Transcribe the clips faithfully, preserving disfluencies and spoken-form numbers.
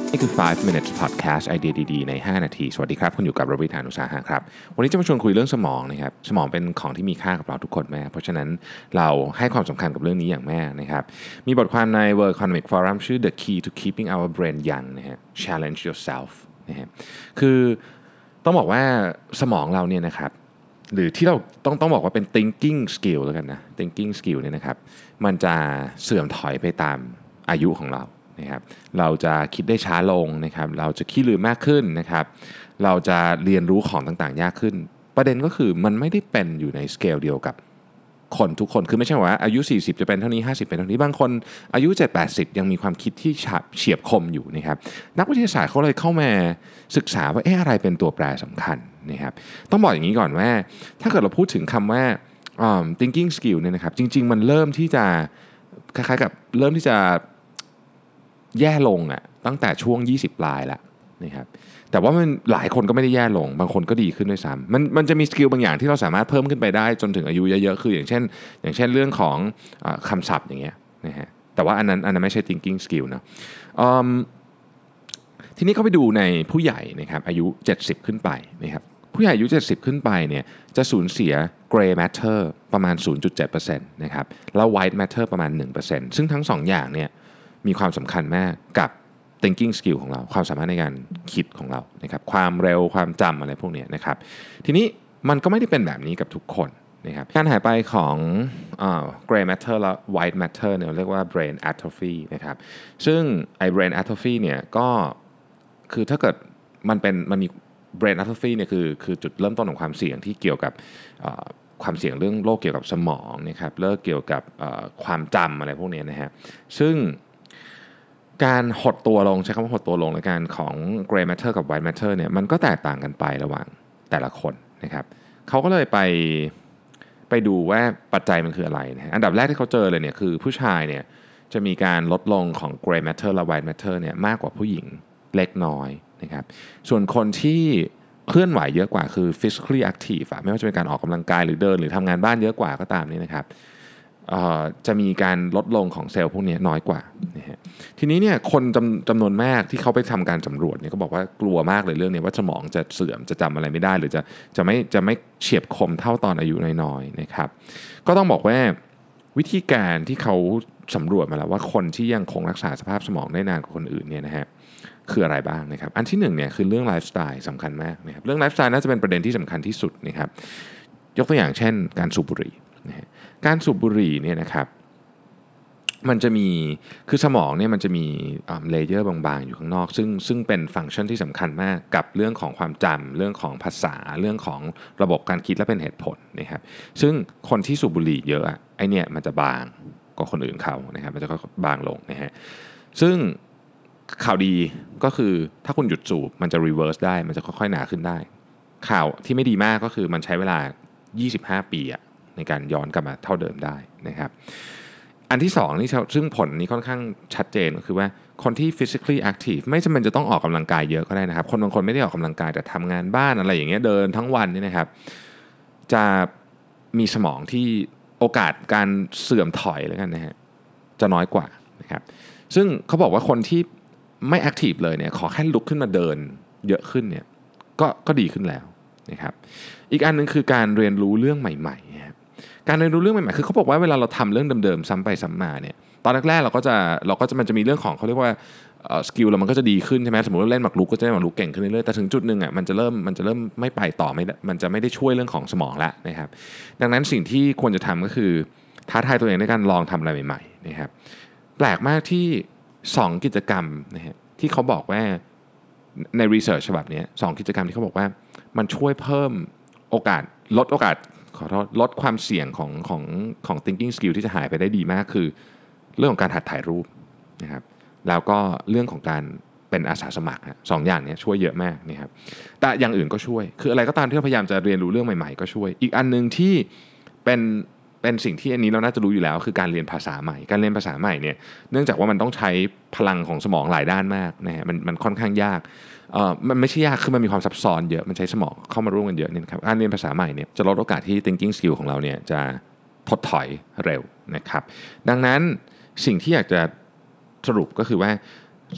นี่คือ ไฟว์ minutes podcast ไอเดียดีๆในห้านาทีสวัสดีครับคุณอยู่กับรวิธานุสาหะครับวันนี้จะมาชวนคุยเรื่องสมองนะครับสมองเป็นของที่มีค่ากับเราทุกคนแม่เพราะฉะนั้นเราให้ความสำคัญกับเรื่องนี้อย่างแม่นะครับมีบทความใน World Economic Forum ชื่อ The Key to Keeping Our Brain Young นะฮะ Challenge Yourself นะฮะคือต้องบอกว่าสมองเราเนี่ยนะครับหรือที่เราต้องต้องบอกว่าเป็น thinking skill แล้วกันนะ thinking skill เนี่ยนะครับมันจะเสื่อมถอยไปตามอายุของเรานะครับเราจะคิดได้ช้าลงนะครับเราจะขี้ลืมมากขึ้นนะครับเราจะเรียนรู้ของต่างๆยากขึ้นประเด็นก็คือมันไม่ได้เป็นอยู่ในสเกลเดียวกับคนทุกคนคือไม่ใช่ว่าอายุสี่สิบจะเป็นเท่านี้ห้าสิบเป็นเท่านี้บางคนอายุเจ็ด แปดสิบยังมีความคิดที่เฉียบคมอยู่นะครับนักวิทยาศาสตร์เขาเลยเข้ามาศึกษาว่าเอ๊ะอะไรเป็นตัวแปรสำคัญนะครับต้องบอกอย่างนี้ก่อนว่าถ้าเกิดเราพูดถึงคำว่า um, thinking skill เนี่ยนะครับจริงๆมันเริ่มที่จะคล้ายๆกับเริ่มที่จะแย่ลงอ่ะตั้งแต่ช่วงยี่สิบปลายแล้วนะครับแต่ว่ามันหลายคนก็ไม่ได้แย่ลงบางคนก็ดีขึ้นด้วยซ้ำมันมันจะมีสกิลบางอย่างที่เราสามารถเพิ่มขึ้นไปได้จนถึงอายุเยอะๆคืออย่างเช่นอย่างเช่นเรื่องของเอ่อคำศัพท์อย่างเงี้ยนะฮะแต่ว่าอันนั้นอันนั้นไม่ใช่ thinking skill นะอืมทีนี้ก็ไปดูในผู้ใหญ่นะครับอายุเจ็ดสิบขึ้นไปนะครับผู้ใหญ่อายุเจ็ดสิบขึ้นไปเนี่ยจะสูญเสีย gray matter ประมาณ ศูนย์จุดเจ็ดเปอร์เซ็นต์ นะครับแล้ว white matter ประมาณ หนึ่งเปอร์เซ็นต์ ซึ่งทั้งสองอย่างเนี่ยมีความสำคัญมากกับ thinking skill ของเราความสามารถในการคิดของเรานะครับความเร็วความจำอะไรพวกนี้นะครับทีนี้มันก็ไม่ได้เป็นแบบนี้กับทุกคนนะครับการหายไปของเอ่อ gray matter และ white matter เนี่ยเรียกว่า brain atrophy นะครับซึ่งไอ้ brain atrophy เนี่ยก็คือถ้าเกิดมันเป็นมันมี brain atrophy เนี่ยคือคือจุดเริ่มต้นของความเสี่ยงที่เกี่ยวกับความเสี่ยงเรื่องโรคเกี่ยวกับสมองนะครับเรื่องเกี่ยวกับความจำอะไรพวกนี้นะฮะซึ่งการหดตัวลงใช้คำว่าหดตัวลงในการของ gray matter กับ white matter เนี่ยมันก็แตกต่างกันไประหว่างแต่ละคนนะครับเขาก็เลยไปไปดูว่าปัจจัยมันคืออะไรนะอันดับแรกที่เขาเจอเลยเนี่ยคือผู้ชายเนี่ยจะมีการลดลงของ gray matter และ white matter เนี่ยมากกว่าผู้หญิงเล็กน้อยนะครับส่วนคนที่เคลื่อนไหวเยอะกว่าคือ physically active อะไม่ว่าจะเป็นการออกกำลังกายหรือเดินหรือทำงานบ้านเยอะกว่าก็ตามนี่นะครับจะมีการลดลงของเซลล์พวกนี้น้อยกว่านะฮะทีนี้เนี่ยคนจำจำนวนมากที่เขาไปทำการสำรวจเนี่ยก็บอกว่ากลัวมากเลยเรื่องนี้ว่าสมองจะเสื่อมจะจำอะไรไม่ได้หรือจะจะไม่จะไม่เฉียบคมเท่าตอนอายุน้อยๆนะครับก็ต้องบอกว่าวิธีการที่เขาสำรวจมาแล้วว่าคนที่ยังคงรักษาสภาพสมองได้นานกว่าคนอื่นเนี่ยนะฮะคืออะไรบ้างนะครับอันที่หนึ่งเนี่ยคือเรื่องไลฟ์สไตล์สำคัญมากนะครับเรื่องไลฟ์สไตล์น่าจะเป็นประเด็นที่สำคัญที่สุดนะครับยกตัวอย่างเช่นการสูบบุหรี่นะฮะการสูบบุหรี่เนี่ยนะครับมันจะมีคือสมองเนี่ยมันจะมีเลเยอร์บางๆอยู่ข้างนอกซึ่งซึ่งเป็นฟังก์ชันที่สำคัญมากกับเรื่องของความจำเรื่องของภาษาเรื่องของระบบการคิดและเป็นเหตุผลนะครับซึ่งคนที่สูบบุหรี่เยอะไอเนี่ยมันจะบางกว่าคนอื่นเขานะครับมันจะบางลงนะฮะซึ่งข่าวดีก็คือถ้าคุณหยุดสูบมันจะ reverse ได้มันจะค่อยๆหนาขึ้นได้ข่าวที่ไม่ดีมากก็คือมันใช้เวลายี่สิบห้าปีอะในการย้อนกลับมาเท่าเดิมได้นะครับอันที่สองนี่ซึ่งผลนี้ค่อนข้างชัดเจนก็คือว่าคนที่ physically active ไม่จำเป็นจะต้องออกกำลังกายเยอะก็ได้นะครับคนบางคนไม่ได้ออกกำลังกายแต่ทำงานบ้านอะไรอย่างเงี้ยเดินทั้งวันนี่นะครับจะมีสมองที่โอกาสการเสื่อมถอยแล้วกันนะฮะจะน้อยกว่านะครับซึ่งเขาบอกว่าคนที่ไม่ active เลยเนี่ยขอแค่ลุกขึ้นมาเดินเยอะขึ้นเนี่ยก็ก็ดีขึ้นแล้วนะครับอีกอันนึงคือการเรียนรู้เรื่องใหม่ๆการเรียนรู้เรื่องใหม่ๆคือเขาบอกว่าเวลาเราทำเรื่องเดิมๆซ้ำไปซ้ำมาเนี่ยตอนแรกๆเราก็จะเราก็จะมันจะมีเรื่องของเขาเรียกว่าสกิลเรามันก็จะดีขึ้นใช่ไหมสมมติว่าเล่นหมากรุกก็จะเล่นหมากรุกเก่งขึ้นเรื่อยๆแต่ถึงจุดนึงอ่ะมันจะเริ่มมันจะเริ่มไม่ไปต่อไม่มันจะไม่ได้ช่วยเรื่องของสมองแล้วนะครับดังนั้นสิ่งที่ควรจะทำก็คือท้าทายตัวเองในการลองทำอะไรใหม่ๆนะครับแปลกมากที่สองกิจกรรมนะฮะที่เขาบอกว่าในรีเสิร์ชฉบับนี้สองกิจกรรมที่เขาบอกว่ามันช่วยเพิ่มโอกาสลดโอกาสขอโทษลดความเสี่ยงของของของ thinking skill ที่จะหายไปได้ดีมากคือเรื่องของการหัดถ่ายรูปนะครับแล้วก็เรื่องของการเป็นอาสาสมัครสองอย่างนี้ช่วยเยอะมากนะครับแต่อย่างอื่นก็ช่วยคืออะไรก็ตามที่เราพยายามจะเรียนรู้เรื่องใหม่ๆก็ช่วยอีกอันนึงที่เป็นเป็นสิ่งที่อันนี้เราน่าจะรู้อยู่แล้วคือการเรียนภาษาใหม่การเรียนภาษาใหม่เนี่ยเนื่องจากว่ามันต้องใช้พลังของสมองหลายด้านมากนะฮะมันมันค่อนข้างยากเอ่อมันไม่ใช่ยากคือมันมีความซับซ้อนเยอะมันใช้สมองเข้ามาร่วมกันเยอะนี่ครับการเรียนภาษาใหม่เนี่ยจะลดโอกาสที่ thinking skill ของเราเนี่ยจะถดถอยเร็วนะครับดังนั้นสิ่งที่อยากจะสรุปก็คือว่า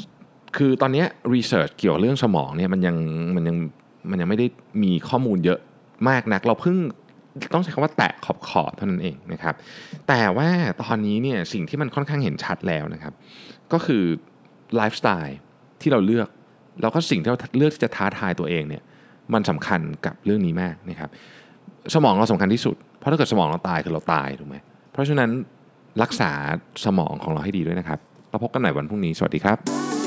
คือตอนนี้รีเสิร์ชเกี่ยวกับเรื่องสมองเนี่ยมันยังมันยังมันยังไม่ได้มีข้อมูลเยอะมากนักเราเพิ่งต้องใช้คำว่าแตะขอบขอบเท่านั้นเองนะครับแต่ว่าตอนนี้เนี่ยสิ่งที่มันค่อนข้างเห็นชัดแล้วนะครับก็คือไลฟ์สไตล์ที่เราเลือกแล้วก็สิ่งที่เราเลือกที่จะท้าทายตัวเองเนี่ยมันสำคัญกับเรื่องนี้มากนะครับสมองเราสำคัญที่สุดเพราะถ้าเกิดสมองเราตายคือเราตายถูกไหมเพราะฉะนั้นรักษาสมองของเราให้ดีด้วยนะครับแล้วพบกันใหม่วันพรุ่งนี้สวัสดีครับ